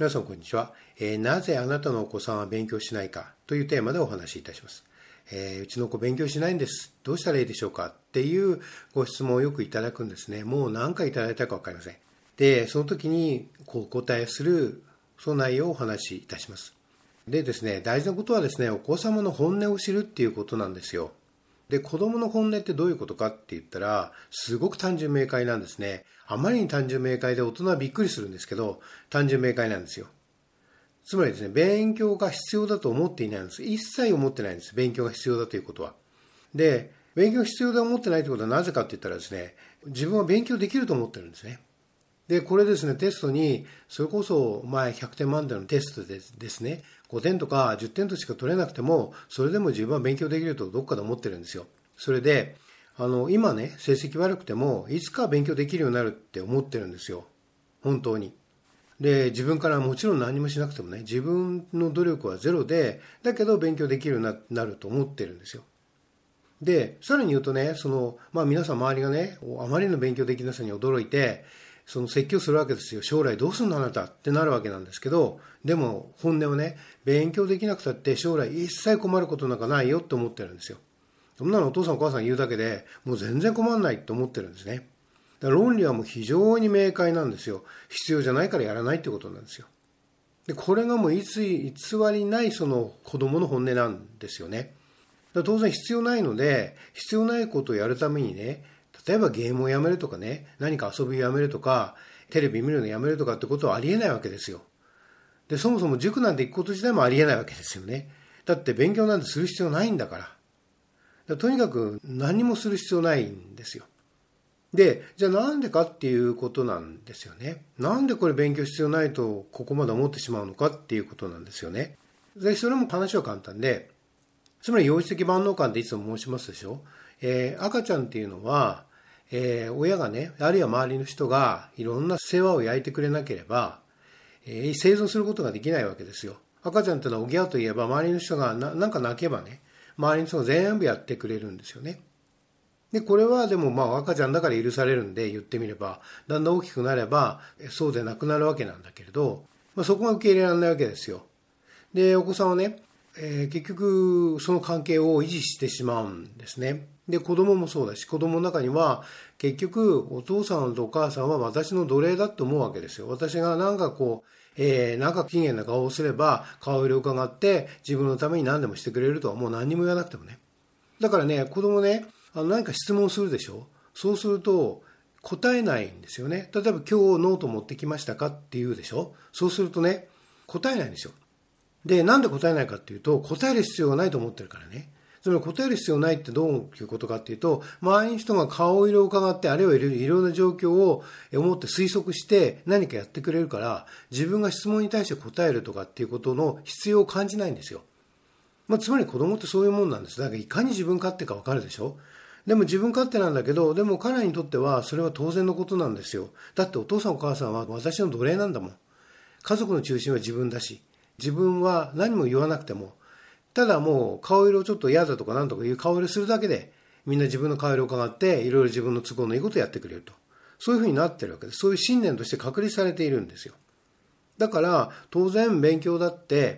皆さんこんにちは。なぜあなたのお子さんは勉強しないかというテーマでお話しいたします。うちの子勉強しないんです。どうしたらいいでしょうかっていうご質問をよくいただくんですね。もう何回いただいたか分かりません。で、その時にお答えするその内容をお話しいたします。でですね、大事なことはですね、お子様の本音を知るっていうことなんですよ。で、子供の本音ってどういうことかって言ったら、すごく単純明快なんですね。あまりに単純明快で大人はびっくりするんですけど、単純明快なんですよ。つまりですね、勉強が必要だと思っていないんです。一切思ってないんです。勉強が必要だということは。で、勉強が必要だと思ってないということはなぜかって言ったらですね、自分は勉強できると思ってるんですね。で、これですね、テストに、それこそ前100点満点のテストでですね、5点とか10点としか取れなくても、それでも自分は勉強できるとどっかで思ってるんですよ。それで、今ね、成績悪くても、いつか勉強できるようになるって思ってるんですよ。本当に。で、自分からもちろん何もしなくてもね、自分の努力はゼロで、だけど勉強できるようになると思ってるんですよ。で、さらに言うとね、皆さん周りがね、あまりの勉強できなさに驚いて、説教するわけですよ。将来どうすんのあなたってなるわけなんですけど、でも本音はね、勉強できなくたって将来一切困ることなんかないよって思ってるんですよ。そんなのお父さんお母さん言うだけでもう全然困らないって思ってるんですね。だから論理はもう非常に明快なんですよ。必要じゃないからやらないってことなんですよ。で、これがもう偽りないその子供の本音なんですよね。だから当然必要ないので、必要ないことをやるためにね、例えばゲームをやめるとかね、何か遊びをやめるとか、テレビ見るのやめるとかってことはありえないわけですよ。で、そもそも塾なんて行くこと自体もありえないわけですよね。だって勉強なんてする必要ないんだから。だからとにかく何もする必要ないんですよ。で、じゃあなんでかっていうことなんですよね。なんでこれ勉強必要ないとここまで思ってしまうのかっていうことなんですよね。で、それも話は簡単で、つまり幼児的万能感っていつも申しますでしょ。赤ちゃんっていうのは、親がね、あるいは周りの人がいろんな世話を焼いてくれなければ、生存することができないわけですよ。赤ちゃんってのはおぎゃーといえば周りの人がなんか泣けばね、周りの人が全部やってくれるんですよね。で、これはでも赤ちゃんだから許されるんで言ってみれば、だんだん大きくなればそうでなくなるわけなんだけれど、そこが受け入れられないわけですよ。で、お子さんはね、結局その関係を維持してしまうんですね。で、子供もそうだし、子供の中には結局お父さんとお母さんは私の奴隷だと思うわけですよ。私がなんかなんか機嫌な顔をすれば顔色を伺って自分のために何でもしてくれるとはもう何にも言わなくてもね。だからね、子供ね、何か質問するでしょ。そうすると答えないんですよね。例えば今日ノート持ってきましたかって言うでしょ。そうするとね、答えないんですよ。で、なんで答えないかっていうと、答える必要がないと思ってるからね。つまり答える必要ないってどういうことかっていうと、周りの人が顔色を伺って、あるいはいろんな状況を思って推測して何かやってくれるから、自分が質問に対して答えるとかっていうことの必要を感じないんですよ。つまり子供ってそういうもんなんです。だからいかに自分勝手かわかるでしょ。でも自分勝手なんだけど、でも彼らにとってはそれは当然のことなんですよ。だってお父さんお母さんは私の奴隷なんだもん。家族の中心は自分だし、自分は何も言わなくても、ただもう顔色ちょっと嫌だとかなんとかいう顔色するだけで、みんな自分の顔色を伺って、いろいろ自分の都合のいいことをやってくれると。そういうふうになってるわけです。そういう信念として確立されているんですよ。だから、当然勉強だって、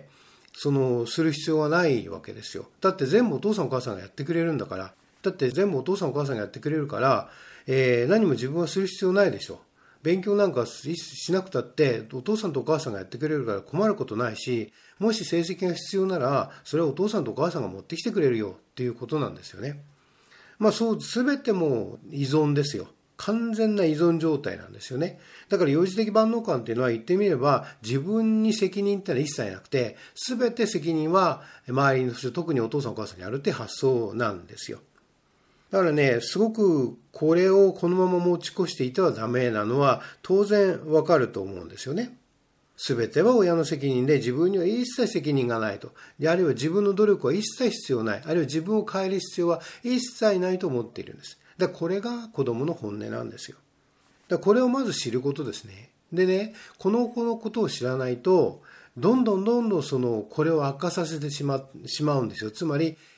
する必要はないわけですよ。だって全部お父さんお母さんがやってくれるんだから、だって全部お父さんお母さんがやってくれるから、何も自分はする必要ないでしょ。勉強なんかしなくたってお父さんとお母さんがやってくれるから困ることないし、もし成績が必要ならそれはお父さんとお母さんが持ってきてくれるよっていうことなんですよね。そう全ても依存ですよ。完全な依存状態なんですよね。だから幼児的万能感っていうのは言ってみれば自分に責任ってのは一切なくて、全て責任は周りの人、特にお父さんお母さんにあるって発想なんですよ。だからね、すごくこれをこのまま持ち越していてはダメなのは当然わかると思うんですよね。すべては親の責任で自分には一切責任がないと。あるいは自分の努力は一切必要ない。あるいは自分を変える必要は一切ないと思っているんです。だからこれが子供の本音なんですよ。だからこれをまず知ることですね。でね、このことを知らないと、どんどんこれを悪化させてしまうんですよ。つまり、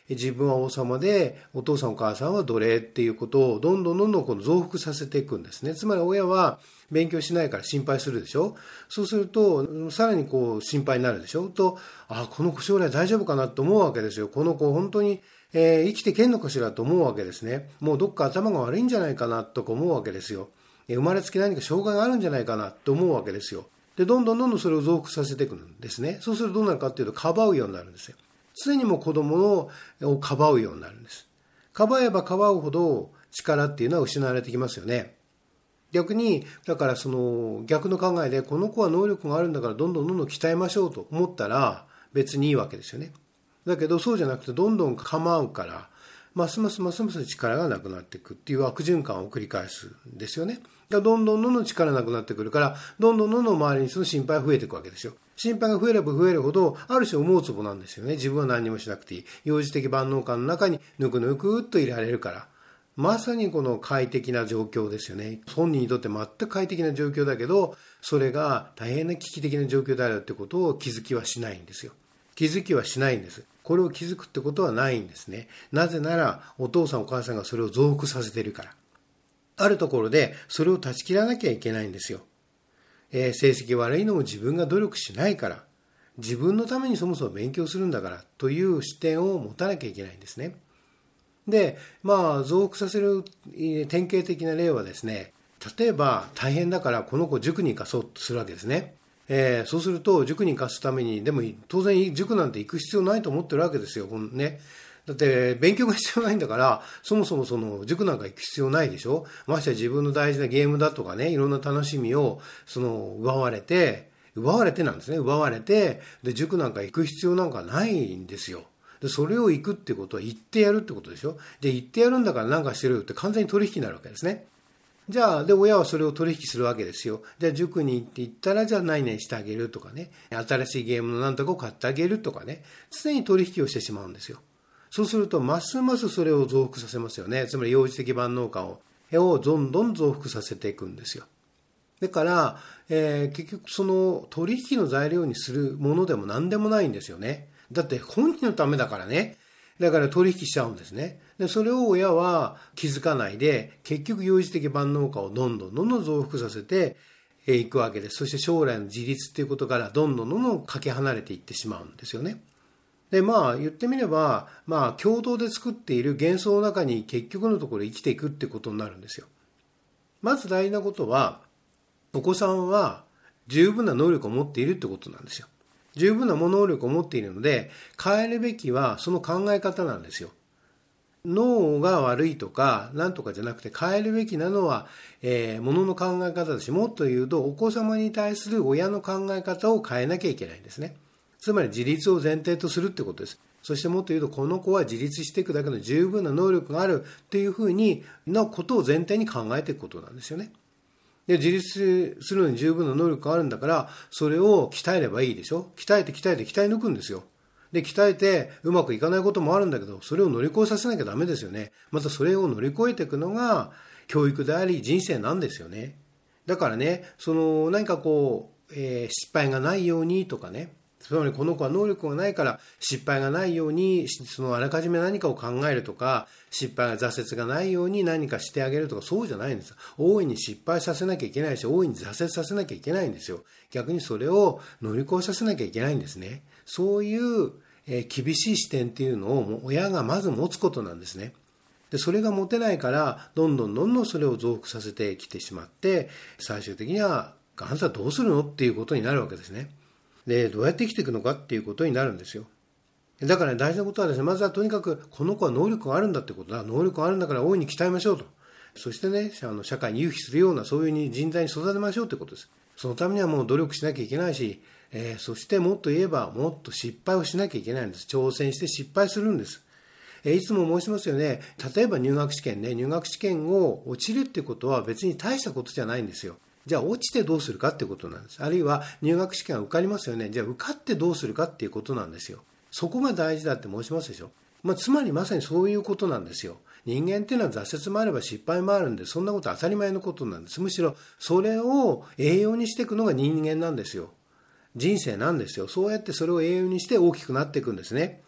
自分は王様でお父さんお母さんは奴隷っていうことをどんどんこの増幅させていくんですね。つまり親は勉強しないから心配するでしょ。そうするとさらに心配になるでしょ。と、この子将来大丈夫かなと思うわけですよ。この子本当に生きていけんのかしらと思うわけですね。もうどっか頭が悪いんじゃないかなとか思うわけですよ。生まれつき何か障害があるんじゃないかなと思うわけですよ。で、どんどんそれを増幅させていくんですね。そうするとどうなるかっていうと、かばうようになるんですよ。常にも子供をかばうようになるんです。かばえばかばうほど力っていうのは失われてきますよね。逆に、だから逆の考えで、この子は能力があるんだからどんどん鍛えましょうと思ったら別にいいわけですよね。だけどそうじゃなくてどんどん構うから、ますます力がなくなっていくっていう悪循環を繰り返すんですよね。どんどん力なくなってくるから、どんどん周りにその心配が増えていくわけですよ。心配が増えれば増えるほど、ある種思うつぼなんですよね。自分は何にもしなくていい。幼児的万能感の中にぬくぬくっといられるから。まさにこの快適な状況ですよね。本人にとって全く快適な状況だけど、それが大変な危機的な状況であるってことを気づきはしないんですよ。気づきはしないんです。これを気づくってことはないんですね。なぜなら、お父さんお母さんがそれを増幅させているから。あるところでそれを断ち切らなきゃいけないんですよ。成績悪いのも自分が努力しないから、自分のためにそもそも勉強するんだからという視点を持たなきゃいけないんですね。で、増幅させる典型的な例はですね、例えば大変だからこの子塾に行かそうとするわけですね。そうすると塾に行かすために、でも当然塾なんて行く必要ないと思ってるわけですよ。ね。だって勉強が必要ないんだから、そもそも塾なんか行く必要ないでしょ。ましてや自分の大事なゲームだとかね、いろんな楽しみを奪われてなんですね。奪われて、で塾なんか行く必要なんかないんですよ。でそれを行くってことは行ってやるってことでしょ。で行ってやるんだから何かしてるよって完全に取引になるわけですね。じゃあ、で、親はそれを取引するわけですよ。じゃあ、塾に行ったら、じゃあ何々してあげるとかね。新しいゲームの何とかを買ってあげるとかね。常に取引をしてしまうんですよ。そうすると、ますますそれを増幅させますよね。つまり、幼児的万能感をどんどん増幅させていくんですよ。だから、結局、取引の材料にするものでも何でもないんですよね。だって、本人のためだからね。だから取引しちゃうんですね。でそれを親は気づかないで、結局幼児的万能感をどんどん増幅させていくわけです。そして将来の自立っていうことからどんどんかけ離れていってしまうんですよね。で言ってみれば、共同で作っている幻想の中に結局のところ生きていくってことになるんですよ。まず大事なことは、お子さんは十分な能力を持っているってことなんですよ。十分な能力を持っているので、変えるべきはその考え方なんですよ。脳が悪いとか何とかじゃなくて、変えるべきなのは、ものの考え方だし、もっと言うとお子様に対する親の考え方を変えなきゃいけないんですね。つまり自立を前提とするってことです。そしてもっと言うと、この子は自立していくだけの十分な能力があるっていうふうにのことを前提に考えていくことなんですよね。で自立するのに十分な能力があるんだから、それを鍛えればいいでしょ。鍛え抜くんですよ。で鍛えてうまくいかないこともあるんだけど、それを乗り越えさせなきゃダメですよね。またそれを乗り越えていくのが教育であり人生なんですよね。だからね、何か失敗がないようにとかね、つまりこの子は能力がないから失敗がないように、あらかじめ何かを考えるとか、失敗が挫折がないように何かしてあげるとか、そうじゃないんです。大いに失敗させなきゃいけないし、大いに挫折させなきゃいけないんですよ。逆にそれを乗り越えさせなきゃいけないんですね。そういう厳しい視点っていうのを親がまず持つことなんですね。でそれが持てないから、どんどんそれを増幅させてきてしまって、最終的にはあなたはどうするのっていうことになるわけですね。でどうやって生きていくのかっていうことになるんですよ。だから、大事なことはですね、まずはとにかくこの子は能力があるんだってことだ。能力があるんだから大いに鍛えましょうと。そしてね、社会に有するようなそういう人材に育てましょうということです。そのためにはもう努力しなきゃいけないし、そしてもっと言えばもっと失敗をしなきゃいけないんです。挑戦して失敗するんです。いつも申しますよね。例えば入学試験を落ちるってことは別に大したことじゃないんですよ。じゃあ落ちてどうするかってことなんです。あるいは入学試験は受かりますよね。じゃあ受かってどうするかっていうことなんですよ。そこが大事だって申しますでしょ。つまりまさにそういうことなんですよ。人間っていうのは挫折もあれば失敗もあるんで、そんなこと当たり前のことなんです。むしろそれを栄養にしていくのが人間なんですよ。人生なんですよ。そうやってそれを栄養にして大きくなっていくんですね。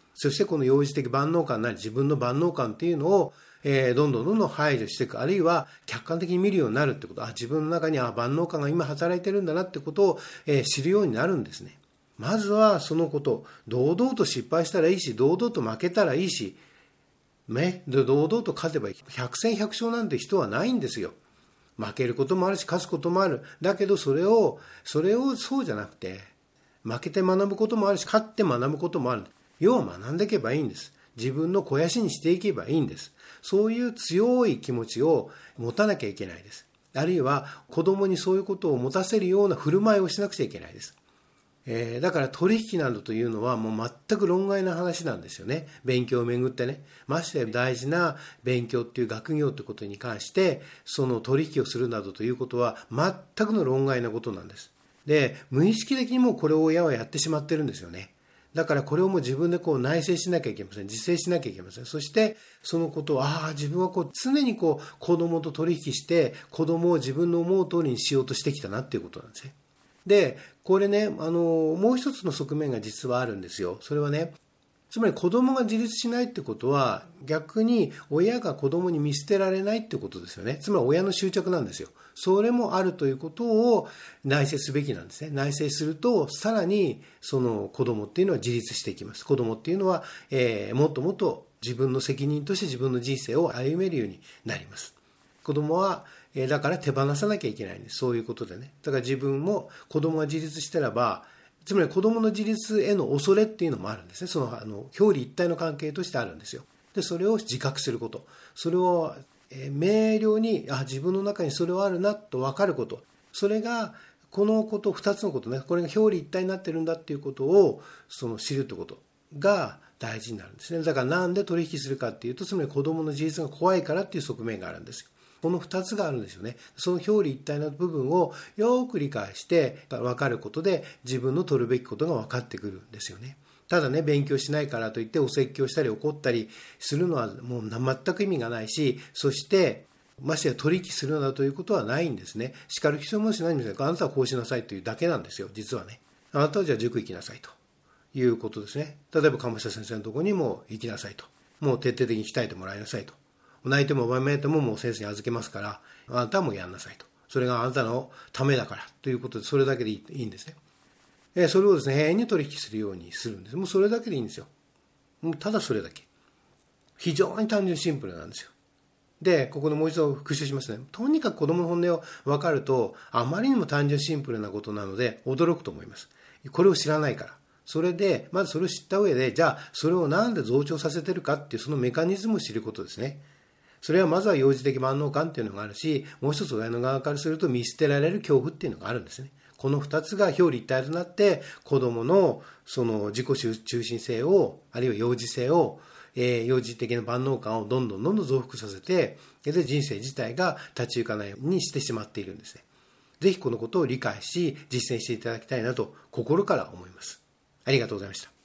そしてこの幼児的万能感なり自分の万能感っていうのをどんどん排除していく、あるいは客観的に見るようになるってこと、自分の中に万能感が今働いてるんだなってことを知るようになるんですね。まずはそのこと、堂々と失敗したらいいし、堂々と負けたらいいし、堂々と勝てば百戦百勝なんて人はないんですよ。負けることもあるし勝つこともある。だけどそれをそうじゃなくて、負けて学ぶこともあるし勝って学ぶこともある。要は学んでいけばいいんです。自分の肥やしにしていけばいいんです。そういう強い気持ちを持たなきゃいけないです。あるいは子供にそういうことを持たせるような振る舞いをしなくちゃいけないです。だから取引などというのはもう全く論外な話なんですよね。勉強をめぐってね。まして大事な勉強っていう学業ということに関してその取引をするなどということは全くの論外なことなんです。で、無意識的にもこれを親はやってしまってるんですよね。だからこれをもう自分で内省しなきゃいけません。自制しなきゃいけません。そしてそのことを自分は常に子供と取引して子供を自分の思う通りにしようとしてきたなっていうことなんですね。で、これね、もう一つの側面が実はあるんですよ。それはね、つまり子供が自立しないってことは逆に親が子供に見捨てられないってことですよね。つまり親の執着なんですよ。それもあるということを内省すべきなんですね。内省するとさらにその子供っていうのは自立していきます。子供っていうのは、もっともっと自分の責任として自分の人生を歩めるようになります。子供はだから手放さなきゃいけないんです。そういうことでね。だから自分も子供が自立してらば、つまり子供の自立への恐れっていうのもあるんですね。その表裏一体の関係としてあるんですよ。で、それを自覚すること。それを明瞭に、自分の中にそれはあるなと分かること。それが、このこと、二つのことね、これが表裏一体になってるんだっていうことを、知るということが大事になるんですね。だからなんで取引するかっていうと、つまり子供の自立が怖いからっていう側面があるんですよ。この2つがあるんですよね。その表裏一体の部分をよく理解して分かることで自分の取るべきことが分かってくるんですよね。ただね、勉強しないからといってお説教したり怒ったりするのはもう全く意味がないし、そしてましてや取引するなどということはないんですね。叱る必要もしないんですが、あなたはこうしなさいというだけなんですよ、実はね。あなたはじゃあ塾行きなさいということですね。例えば鴨下先生のところにも行きなさいと。もう徹底的に鍛えてもらいなさいと。泣いてもわめいてももう先生に預けますから、あなたはもうやんなさいと。それがあなたのためだからということで、それだけでいいんですね。それをですね、永遠に取引するようにするんです。もうそれだけでいいんですよ。もうただそれだけ。非常に単純シンプルなんですよ。で、ここでもう一度復習しますね。とにかく子供の本音を分かると、あまりにも単純シンプルなことなので驚くと思います。これを知らないから。それで、まずそれを知った上で、じゃあそれをなんで増長させてるかっていうそのメカニズムを知ることですね。それはまずは幼児的万能感っていうのがあるし、もう一つ親の側からすると見捨てられる恐怖っていうのがあるんですね。この二つが表裏一体となって子供のその自己中心性を、あるいは幼児性を、幼児的な万能感をどんどん増幅させて、で人生自体が立ち行かないようにしてしまっているんですね。ぜひこのことを理解し実践していただきたいなと心から思います。ありがとうございました。